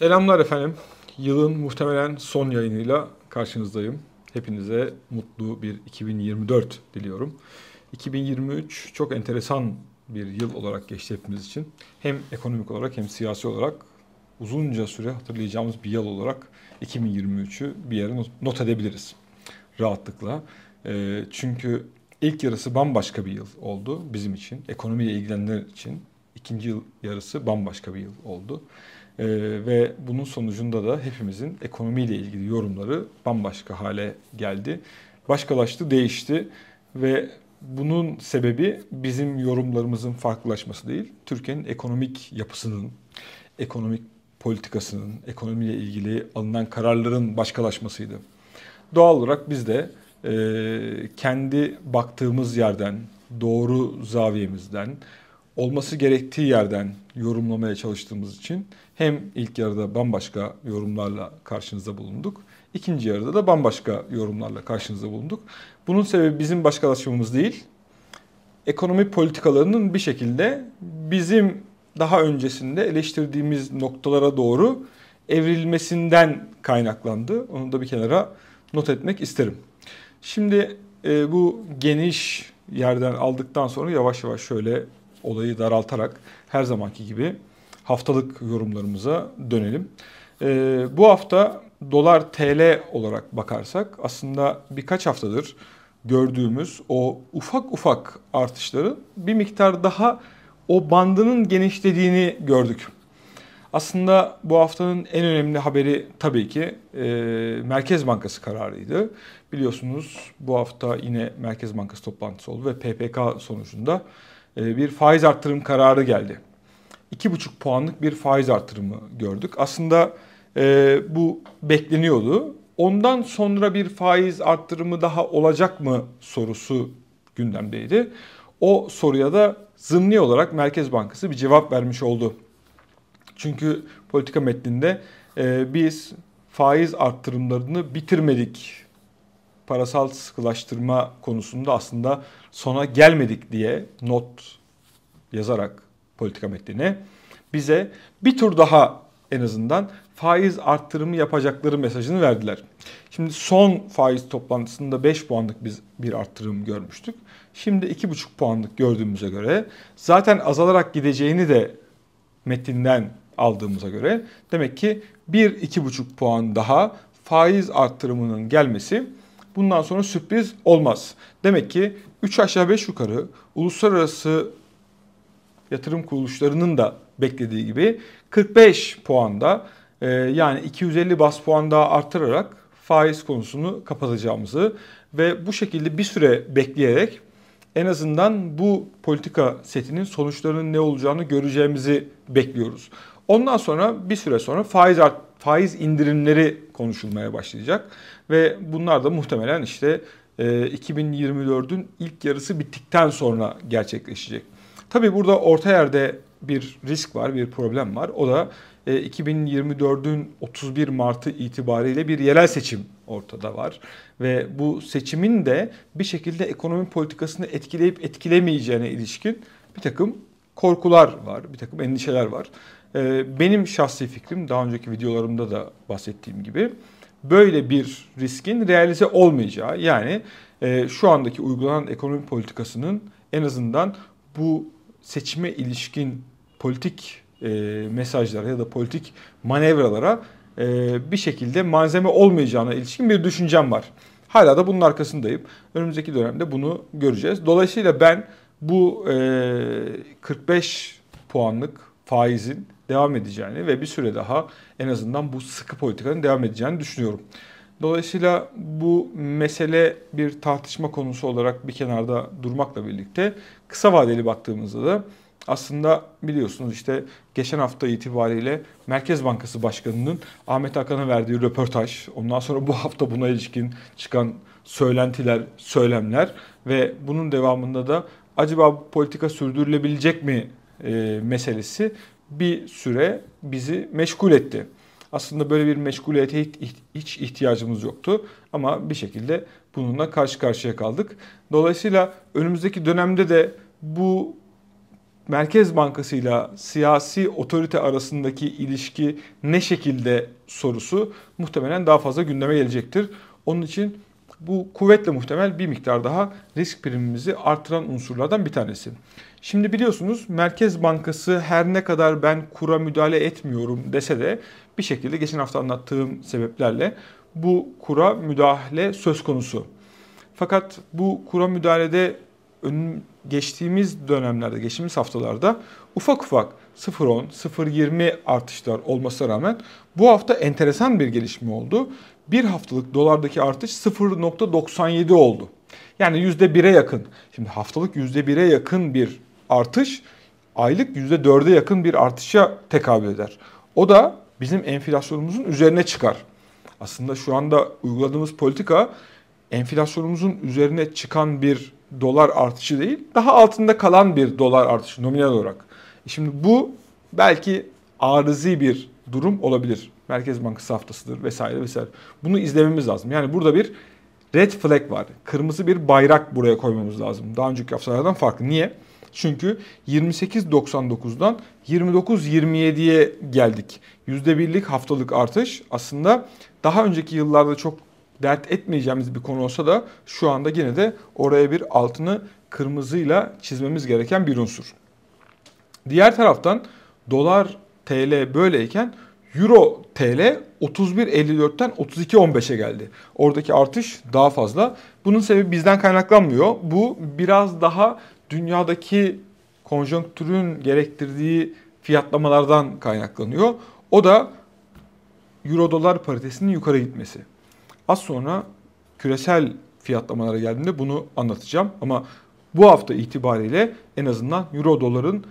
Selamlar efendim. Yılın muhtemelen son yayınıyla karşınızdayım. Hepinize mutlu bir 2024 diliyorum. 2023 çok enteresan bir yıl olarak geçti hepimiz için. Hem ekonomik olarak hem siyasi olarak uzunca süre hatırlayacağımız bir yıl olarak 2023'ü bir yere not edebiliriz rahatlıkla. Çünkü ilk yarısı bambaşka bir yıl oldu bizim için. Ekonomiyle ilgilenenler için ikinci yıl yarısı bambaşka bir yıl oldu. Ve bunun sonucunda da hepimizin ekonomiyle ilgili yorumları bambaşka hale geldi. Başkalaştı, değişti ve bunun sebebi bizim yorumlarımızın farklılaşması değil, Türkiye'nin ekonomik yapısının, ekonomik politikasının, ekonomiyle ilgili alınan kararların başkalaşmasıydı. Doğal olarak biz de kendi baktığımız yerden, doğru zaviyemizden, olması gerektiği yerden yorumlamaya çalıştığımız için hem ilk yarıda bambaşka yorumlarla karşınızda bulunduk. İkinci yarıda da bambaşka yorumlarla karşınızda bulunduk. Bunun sebebi bizim başkalaşmamız değil, ekonomi politikalarının bir şekilde bizim daha öncesinde eleştirdiğimiz noktalara doğru evrilmesinden kaynaklandı. Onu da bir kenara not etmek isterim. Şimdi bu geniş yerden aldıktan sonra yavaş yavaş şöyle olayı daraltarak her zamanki gibi haftalık yorumlarımıza dönelim. Bu hafta dolar TL olarak bakarsak aslında birkaç haftadır gördüğümüz o ufak ufak artışların bir miktar daha o bandının genişlediğini gördük. Aslında bu haftanın en önemli haberi tabii ki Merkez Bankası kararıydı. Biliyorsunuz bu hafta yine Merkez Bankası toplantısı oldu ve PPK sonucunda bir faiz artırım kararı geldi. 2,5 puanlık bir faiz artırımı gördük. Aslında bu bekleniyordu. Ondan sonra bir faiz artırımı daha olacak mı sorusu gündemdeydi. O soruya da zımni olarak Merkez Bankası bir cevap vermiş oldu. Çünkü politika metninde biz faiz arttırımlarını bitirmedik, parasal sıkılaştırma konusunda aslında sona gelmedik diye not yazarak politika metnine bize bir tur daha en azından faiz arttırımı yapacakları mesajını verdiler. Şimdi son faiz toplantısında 5 puanlık biz bir arttırım görmüştük. Şimdi 2,5 puanlık gördüğümüze göre zaten azalarak gideceğini de metinden aldığımıza göre demek ki 1-2,5 puan daha faiz arttırımının gelmesi bundan sonra sürpriz olmaz. Demek ki 3 aşağı 5 yukarı uluslararası yatırım kuruluşlarının da beklediği gibi 45 puanda yani 250 bas puan daha artırarak faiz konusunu kapatacağımızı ve bu şekilde bir süre bekleyerek en azından bu politika setinin sonuçlarının ne olacağını göreceğimizi bekliyoruz. Ondan sonra bir süre sonra faiz indirimleri konuşulmaya başlayacak ve bunlar da muhtemelen işte 2024'ün ilk yarısı bittikten sonra gerçekleşecek. Tabii burada orta yerde bir risk var, bir problem var. O da 2024'ün 31 Mart'ı itibariyle bir yerel seçim ortada var. Ve bu seçimin de bir şekilde ekonomi politikasını etkileyip etkilemeyeceğine ilişkin bir takım korkular var, bir takım endişeler var. Benim şahsi fikrim daha önceki videolarımda da bahsettiğim gibi böyle bir riskin realize olmayacağı, yani şu andaki uygulanan ekonomi politikasının en azından bu seçime ilişkin politik mesajlara ya da politik manevralara bir şekilde malzeme olmayacağına ilişkin bir düşüncem var. Hala da bunun arkasındayım. Önümüzdeki dönemde bunu göreceğiz. Dolayısıyla ben bu 45 puanlık faizin devam edeceğini ve bir süre daha en azından bu sıkı politikanın devam edeceğini düşünüyorum. Dolayısıyla bu mesele bir tartışma konusu olarak bir kenarda durmakla birlikte kısa vadeli baktığımızda da aslında biliyorsunuz işte geçen hafta itibariyle Merkez Bankası Başkanı'nın Ahmet Hakan'a verdiği röportaj, ondan sonra bu hafta buna ilişkin çıkan söylentiler, söylemler ve bunun devamında da acaba bu politika sürdürülebilecek mi meselesi bir süre bizi meşgul etti. Aslında böyle bir meşguliyete hiç ihtiyacımız yoktu ama bir şekilde bununla karşı karşıya kaldık. Dolayısıyla önümüzdeki dönemde de bu Merkez Bankası ile siyasi otorite arasındaki ilişki ne şekilde sorusu muhtemelen daha fazla gündeme gelecektir. Onun için bu kuvvetle muhtemel bir miktar daha risk primimizi artıran unsurlardan bir tanesi. Şimdi biliyorsunuz Merkez Bankası her ne kadar ben kura müdahale etmiyorum dese de bir şekilde geçen hafta anlattığım sebeplerle bu kura müdahale söz konusu. Fakat bu kura müdahalede geçtiğimiz dönemlerde, geçtiğimiz haftalarda ufak ufak 0.10, 0.20 artışlar olmasına rağmen bu hafta enteresan bir gelişme oldu. Bir haftalık dolardaki artış 0.97 oldu. Yani %1'e yakın. Şimdi haftalık %1'e yakın bir artış, aylık %4'e yakın bir artışa tekabül eder. O da bizim enflasyonumuzun üzerine çıkar. Aslında şu anda uyguladığımız politika enflasyonumuzun üzerine çıkan bir dolar artışı değil, daha altında kalan bir dolar artışı nominal olarak. Şimdi bu belki arızi bir durum olabilir. Merkez Bankası haftasıdır vesaire vesaire. Bunu izlememiz lazım. Yani burada bir red flag var. Kırmızı bir bayrak buraya koymamız lazım. Daha önceki haftalardan farklı. Niye? Çünkü 28.99'dan 29.27'ye geldik. %1'lik haftalık artış aslında daha önceki yıllarda çok dert etmeyeceğimiz bir konu olsa da şu anda yine de oraya bir altını kırmızıyla çizmemiz gereken bir unsur. Diğer taraftan dolar TL böyleyken Euro TL 31.54'ten 32.15'e geldi. Oradaki artış daha fazla. Bunun sebebi bizden kaynaklanmıyor. Bu biraz daha dünyadaki konjonktürün gerektirdiği fiyatlamalardan kaynaklanıyor. O da Euro dolar paritesinin yukarı gitmesi. Az sonra küresel fiyatlamalara geldiğinde bunu anlatacağım. Ama bu hafta itibariyle en azından Euro doların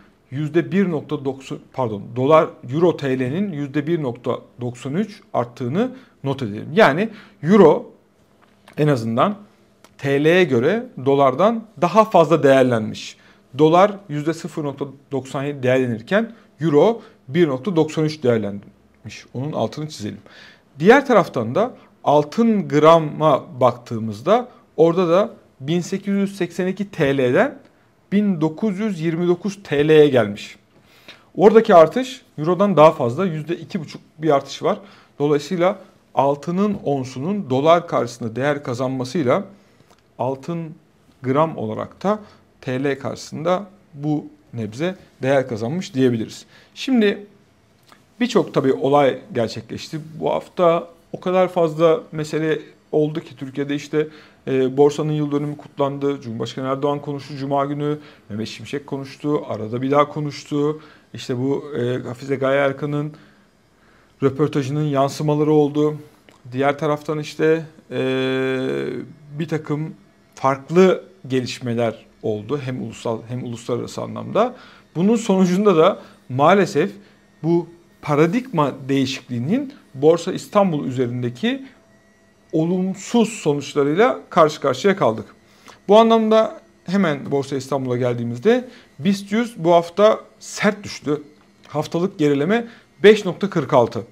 dolar Euro TL'nin %1.93 arttığını not edelim. Yani Euro en azından TL'ye göre dolardan daha fazla değerlenmiş. Dolar %0.97 değerlenirken Euro 1.93 değerlenmiş. Onun altını çizelim. Diğer taraftan da altın grama baktığımızda orada da 1882 TL'den 1929 TL'ye gelmiş. Oradaki artış Euro'dan daha fazla %2,5 bir artış var. Dolayısıyla altının onsunun dolar karşısında değer kazanmasıyla altın gram olarak da TL karşısında bu nebze değer kazanmış diyebiliriz. Şimdi birçok tabii olay gerçekleşti. Bu hafta o kadar fazla mesele oldu ki Türkiye'de işte borsanın yıl dönümü kutlandı. Cumhurbaşkanı Erdoğan konuştu Cuma günü. Mehmet Şimşek konuştu. Arada bir daha konuştu. İşte bu Hafize Gaye Erkan'ın röportajının yansımaları oldu. Diğer taraftan işte bir takım farklı gelişmeler oldu. Hem ulusal hem uluslararası anlamda. Bunun sonucunda da maalesef bu paradigma değişikliğinin Borsa İstanbul üzerindeki olumsuz sonuçlarıyla karşı karşıya kaldık. Bu anlamda hemen Borsa İstanbul'a geldiğimizde BIST 100 bu hafta sert düştü. Haftalık gerileme 5.46.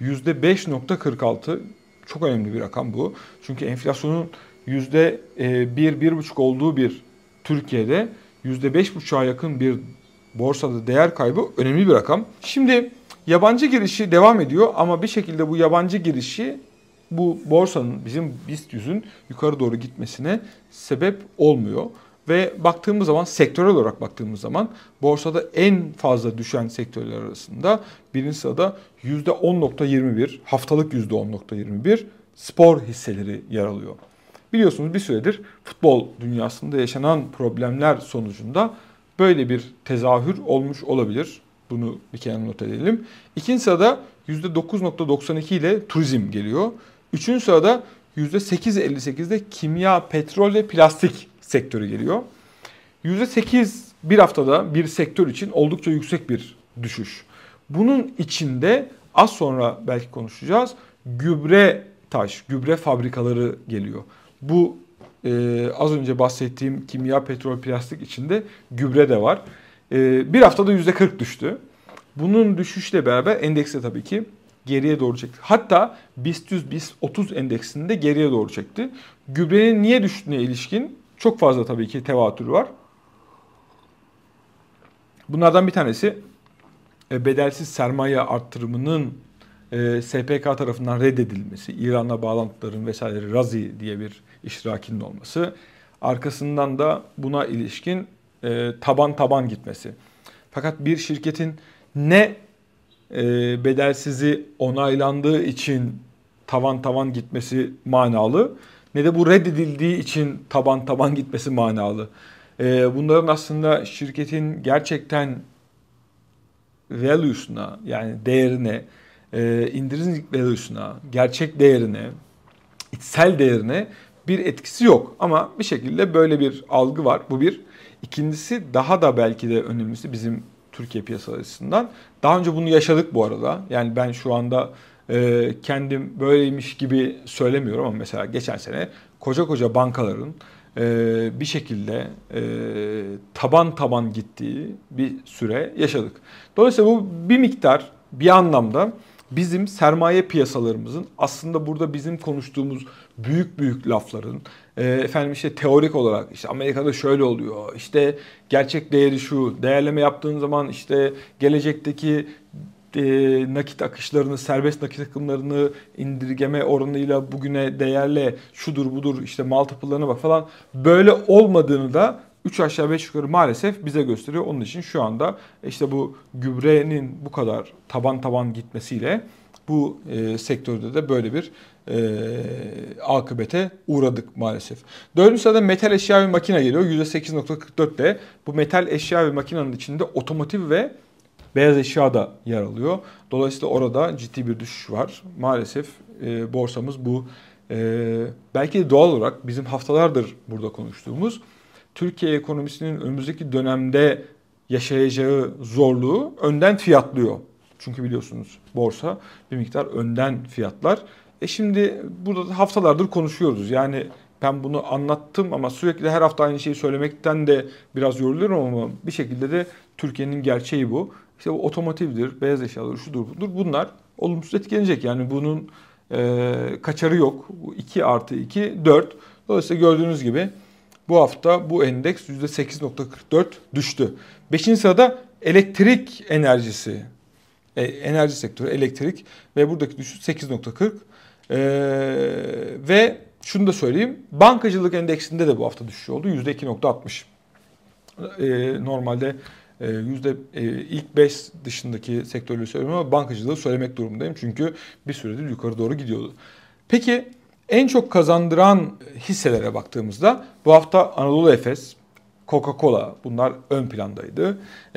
%5.46 çok önemli bir rakam bu. Çünkü enflasyonun %1-1,5 olduğu bir Türkiye'de %5,5'a yakın bir borsada değer kaybı önemli bir rakam. Şimdi yabancı girişi devam ediyor ama bir şekilde bu yabancı girişi bu borsanın bizim BIST 100'ün yukarı doğru gitmesine sebep olmuyor. Ve baktığımız zaman sektörel olarak baktığımız zaman borsada en fazla düşen sektörler arasında birinci sırada %10.21 haftalık %10.21 spor hisseleri yer alıyor. Biliyorsunuz bir süredir futbol dünyasında yaşanan problemler sonucunda böyle bir tezahür olmuş olabilir. Bunu bir kenara not edelim. İkinci sırada %9.92 ile turizm geliyor. Üçüncü sırada %8.58'de kimya, petrol ve plastik sektörü geliyor. %8 bir haftada bir sektör için oldukça yüksek bir düşüş. Bunun içinde az sonra belki konuşacağız gübre fabrikaları geliyor. Bu az önce bahsettiğim kimya, petrol, plastik içinde gübre de var. Bir haftada %40 düştü. Bunun düşüşle beraber endekse tabii ki geriye doğru çekti. Hatta BIST 100, BIST 30 endeksinde geriye doğru çekti. Gübrenin niye düştüğüne ilişkin çok fazla tabii ki tevatür var. Bunlardan bir tanesi bedelsiz sermaye arttırımının SPK tarafından reddedilmesi, İran'la bağlantıların vesaire Razi diye bir iştirakinin olması. Arkasından da buna ilişkin taban gitmesi. Fakat bir şirketin ne bedelsizi onaylandığı için tavan gitmesi manalı, ne de bu reddedildiği için taban gitmesi manalı. Bunların aslında şirketin gerçekten value'suna, yani değerine, intrinsic value'suna, gerçek değerine, içsel değerine bir etkisi yok. Ama bir şekilde böyle bir algı var. Bu bir. İkincisi, daha da belki de önemlisi bizim Türkiye piyasası açısından. Daha önce bunu yaşadık bu arada. Yani ben şu anda kendim böyleymiş gibi söylemiyorum ama mesela geçen sene koca bankaların bir şekilde taban gittiği bir süre yaşadık. Dolayısıyla bu bir miktar, bir anlamda bizim sermaye piyasalarımızın aslında burada bizim konuştuğumuz büyük lafların efendim işte teorik olarak işte Amerika'da şöyle oluyor, işte gerçek değeri şu, değerleme yaptığın zaman işte gelecekteki nakit akışlarını, serbest nakit akımlarını indirgeme oranıyla bugüne değerle şudur budur işte multiple'larına bak falan, böyle olmadığını da 3 aşağı 5 yukarı maalesef bize gösteriyor. Onun için şu anda işte bu gübrenin bu kadar taban gitmesiyle bu sektörde de böyle bir akıbete uğradık maalesef. Dördüncü sırada metal eşya ve makine geliyor. %8.44 ile bu metal eşya ve makinenin içinde otomotiv ve beyaz eşya da yer alıyor. Dolayısıyla orada ciddi bir düşüş var. Maalesef borsamız bu belki de doğal olarak bizim haftalardır burada konuştuğumuz Türkiye ekonomisinin önümüzdeki dönemde yaşayacağı zorluğu önden fiyatlıyor. Çünkü biliyorsunuz borsa bir miktar önden fiyatlar. Şimdi burada haftalardır konuşuyoruz. Yani ben bunu anlattım ama sürekli her hafta aynı şeyi söylemekten de biraz yoruluyorum ama bir şekilde de Türkiye'nin gerçeği bu. İşte bu otomotivdir, beyaz eşyalar, şudur budur. Bunlar olumsuz etkilenecek. Yani bunun kaçarı yok. 2+2 4. Dolayısıyla gördüğünüz gibi bu hafta bu endeks %8.44 düştü. 5. sırada elektrik enerjisi. Enerji sektörü, elektrik ve buradaki düşüş 8.40. Ve şunu da söyleyeyim. Bankacılık endeksinde de bu hafta düşüş oldu. %2.60. Normalde ilk 5 dışındaki sektörleri söylüyorum ama bankacılığı söylemek durumundayım. Çünkü bir süredir yukarı doğru gidiyordu. Peki en çok kazandıran hisselere baktığımızda bu hafta Anadolu Efes, Coca-Cola bunlar ön plandaydı.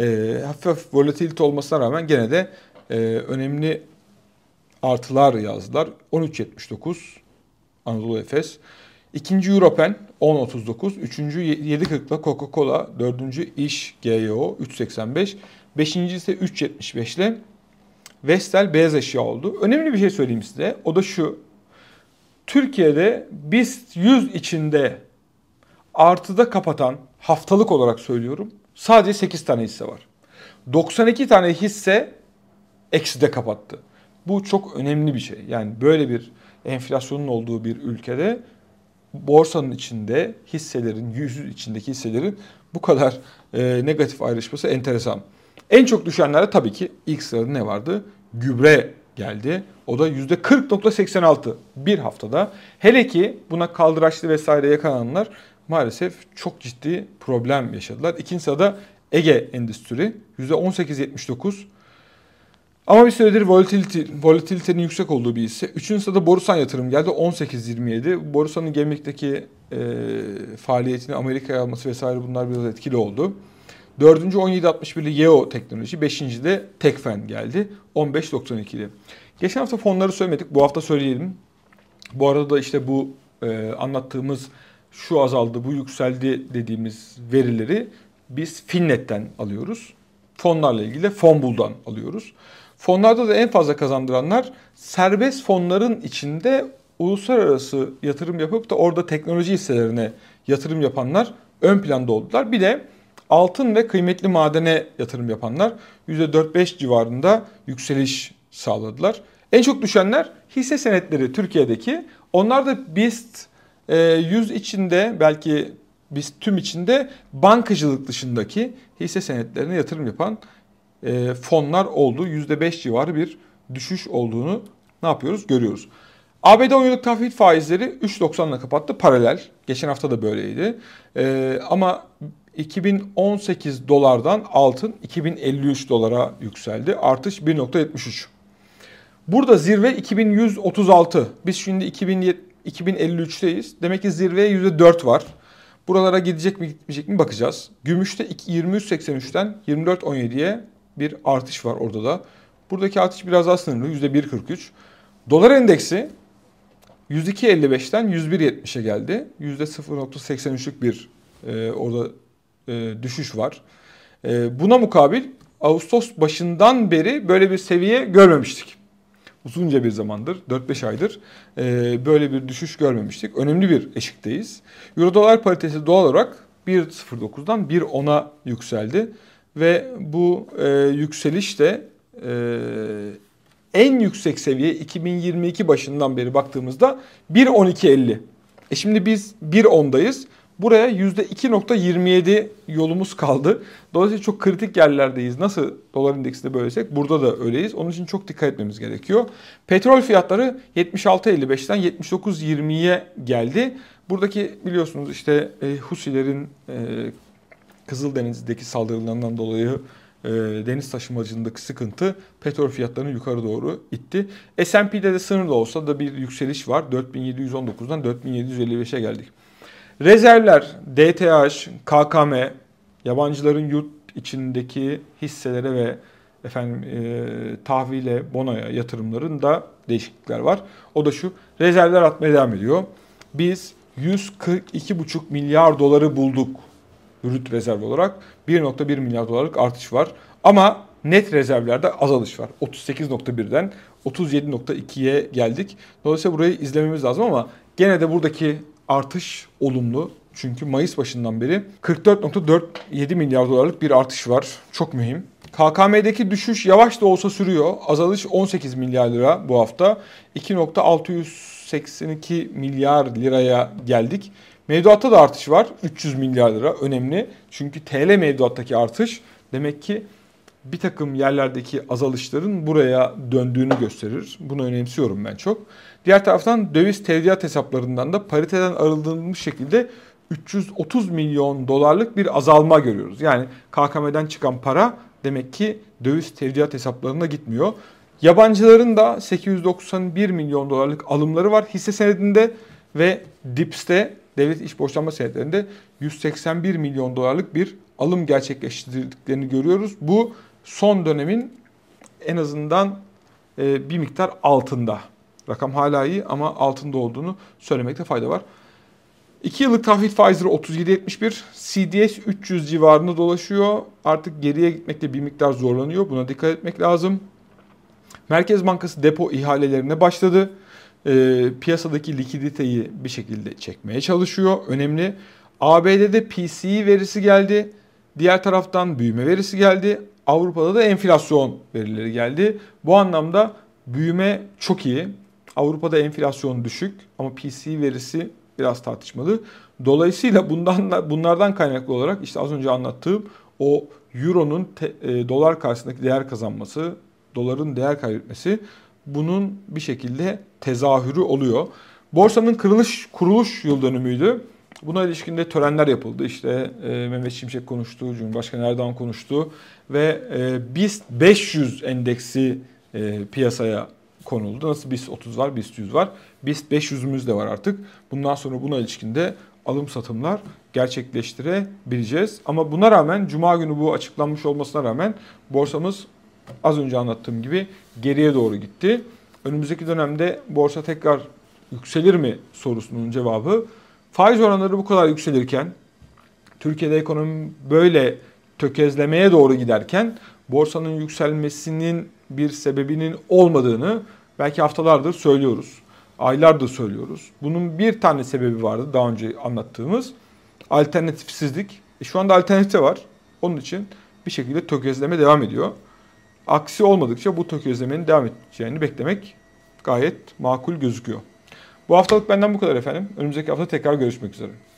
Hafif volatilite olmasına rağmen gene de önemli artılar yazdılar. 13.79 Anadolu Efes. İkinci Europen 10.39. Üçüncü 7.40'la Coca-Cola. Dördüncü İş GYO 3.85. Beşinci ise 3.75 ile Vestel beyaz eşya oldu. Önemli bir şey söyleyeyim size. O da şu. Türkiye'de BIST 100 içinde artıda kapatan, haftalık olarak söylüyorum, sadece 8 tane hisse var. 92 tane hisse ekside kapattı. Bu çok önemli bir şey. Yani böyle bir enflasyonun olduğu bir ülkede borsanın içinde hisselerin, içindeki hisselerin bu kadar negatif ayrışması enteresan. En çok düşenlerde tabii ki ilk sırada ne vardı? Gübre geldi. O da %40.86 bir haftada. Hele ki buna kaldıraçlı vesaire yakalananlar maalesef çok ciddi problem yaşadılar. İkinci sırada Ege Endüstri %18.79. Ama bir süredir volatilitenin yüksek olduğu bir hisse. Üçüncü sırada Borusan Yatırım geldi 18.27. Borusan'ın gemlikteki faaliyetini Amerika'ya alması vesaire bunlar biraz etkili oldu. Dördüncü 17.61'li Yeo Teknoloji. Beşinci de Tekfen geldi 15.92'li. Geçen hafta fonları söylemedik. Bu hafta söyleyelim. Bu arada da işte bu anlattığımız şu azaldı, bu yükseldi dediğimiz verileri biz Finnet'ten alıyoruz. Fonlarla ilgili de Fonbul'dan alıyoruz. Fonlarda da en fazla kazandıranlar serbest fonların içinde uluslararası yatırım yapıp da orada teknoloji hisselerine yatırım yapanlar ön planda oldular. Bir de altın ve kıymetli madene yatırım yapanlar %4-5 civarında yükseliş sağladılar. En çok düşenler hisse senetleri Türkiye'deki. Onlar da BIST 100 içinde belki BIST tüm içinde bankacılık dışındaki hisse senetlerine yatırım yapan fonlar oldu. %5 civarı bir düşüş olduğunu ne yapıyoruz? Görüyoruz. ABD 10 yıllık tahvil faizleri 3.90'la kapattı paralel. Geçen hafta da böyleydi. Ama 2018 dolardan altın 2053 dolara yükseldi. Artış 1.73. Burada zirve 2136. Biz şimdi 2053'teyiz. Demek ki zirveye %4 var. Buralara gidecek mi gitmeyecek mi bakacağız. Gümüşte 23.83'ten 24.17'ye bir artış var orada da. Buradaki artış biraz daha sınırlı. %1.43. Dolar endeksi 102.55'ten 101.70'e geldi. %0.83'lük bir orada düşüş var. Buna mukabil Ağustos başından beri böyle bir seviye görmemiştik. Uzunca bir zamandır, 4-5 aydır böyle bir düşüş görmemiştik. Önemli bir eşikteyiz. Euro-dolar paritesi doğal olarak 1.09'dan 1.10'a yükseldi. Ve bu yükseliş de en yüksek seviye 2022 başından beri baktığımızda 1.12.50. Şimdi biz 1.10'dayız. Buraya %2.27 yolumuz kaldı. Dolayısıyla çok kritik yerlerdeyiz. Nasıl dolar endeksinde böyleysek burada da öyleyiz. Onun için çok dikkat etmemiz gerekiyor. Petrol fiyatları 76.55'ten 79.20'ye geldi. Buradaki biliyorsunuz işte Husilerin Kızıldeniz'deki saldırılarından dolayı deniz taşımacılığındaki sıkıntı petrol fiyatlarını yukarı doğru itti. S&P'de de sınırlı olsa da bir yükseliş var. 4719'dan 4755'e geldik. Rezervler, DTH, KKM, yabancıların yurt içindeki hisselere ve tahvile, bonoya yatırımlarında değişiklikler var. O da şu, rezervler artmaya devam ediyor. Biz 142,5 milyar doları bulduk brüt rezerv olarak. 1.1 milyar dolarlık artış var. Ama net rezervlerde azalış var. 38.1'den 37.2'ye geldik. Dolayısıyla burayı izlememiz lazım ama gene de buradaki artış olumlu. Çünkü Mayıs başından beri 44.47 milyar dolarlık bir artış var. Çok mühim. KKM'deki düşüş yavaş da olsa sürüyor. Azalış 18 milyar lira bu hafta. 2.682 milyar liraya geldik. Mevduatta da artış var. 300 milyar lira önemli. Çünkü TL mevduattaki artış demek ki bir takım yerlerdeki azalışların buraya döndüğünü gösterir. Bunu önemsiyorum ben çok. Diğer taraftan döviz tevdiat hesaplarından da pariteden arındırılmış şekilde 330 milyon dolarlık bir azalma görüyoruz. Yani KKM'den çıkan para demek ki döviz tevdiat hesaplarına gitmiyor. Yabancıların da 891 milyon dolarlık alımları var hisse senedinde ve DIPS'te devlet iş borçlanma senetlerinde 181 milyon dolarlık bir alım gerçekleştirdiklerini görüyoruz. Bu son dönemin en azından bir miktar altında. Rakam hala iyi ama altında olduğunu söylemekte fayda var. 2 yıllık tahvil faizleri 37.71, CDS 300 civarında dolaşıyor. Artık geriye gitmekte bir miktar zorlanıyor. Buna dikkat etmek lazım. Merkez Bankası depo ihalelerine başladı. Piyasadaki likiditeyi bir şekilde çekmeye çalışıyor. Önemli. ABD'de PCE verisi geldi. Diğer taraftan büyüme verisi geldi. Avrupa'da da enflasyon verileri geldi. Bu anlamda büyüme çok iyi. Avrupa'da enflasyon düşük ama PCE verisi biraz tartışmalı. Dolayısıyla bunlardan kaynaklı olarak işte az önce anlattığım o euronun dolar karşısındaki değer kazanması, doların değer kaybetmesi bunun bir şekilde tezahürü oluyor. Borsanın kuruluş yıl dönümüydü. Buna ilişkin de törenler yapıldı. İşte Mehmet Şimşek konuştu, Cumhurbaşkanı Erdoğan konuştu ve BIST 500 endeksi piyasaya konuldu. Nasıl BIST 30 var, BIST 100 var. BIST 500'ümüz de var artık. Bundan sonra buna ilişkin de alım satımlar gerçekleştirebileceğiz. Ama buna rağmen Cuma günü bu açıklanmış olmasına rağmen borsamız az önce anlattığım gibi geriye doğru gitti. Önümüzdeki dönemde borsa tekrar yükselir mi sorusunun cevabı faiz oranları bu kadar yükselirken, Türkiye'de ekonomi böyle tökezlemeye doğru giderken borsanın yükselmesinin bir sebebinin olmadığını belki haftalardır söylüyoruz. Aylardır söylüyoruz. Bunun bir tane sebebi vardı daha önce anlattığımız. Alternatifsizlik. Şu anda alternatif var. Onun için bir şekilde tökezleme devam ediyor. Aksi olmadıkça bu tökezlemenin devam edeceğini beklemek gayet makul gözüküyor. Bu haftalık benden bu kadar efendim. Önümüzdeki hafta tekrar görüşmek üzere.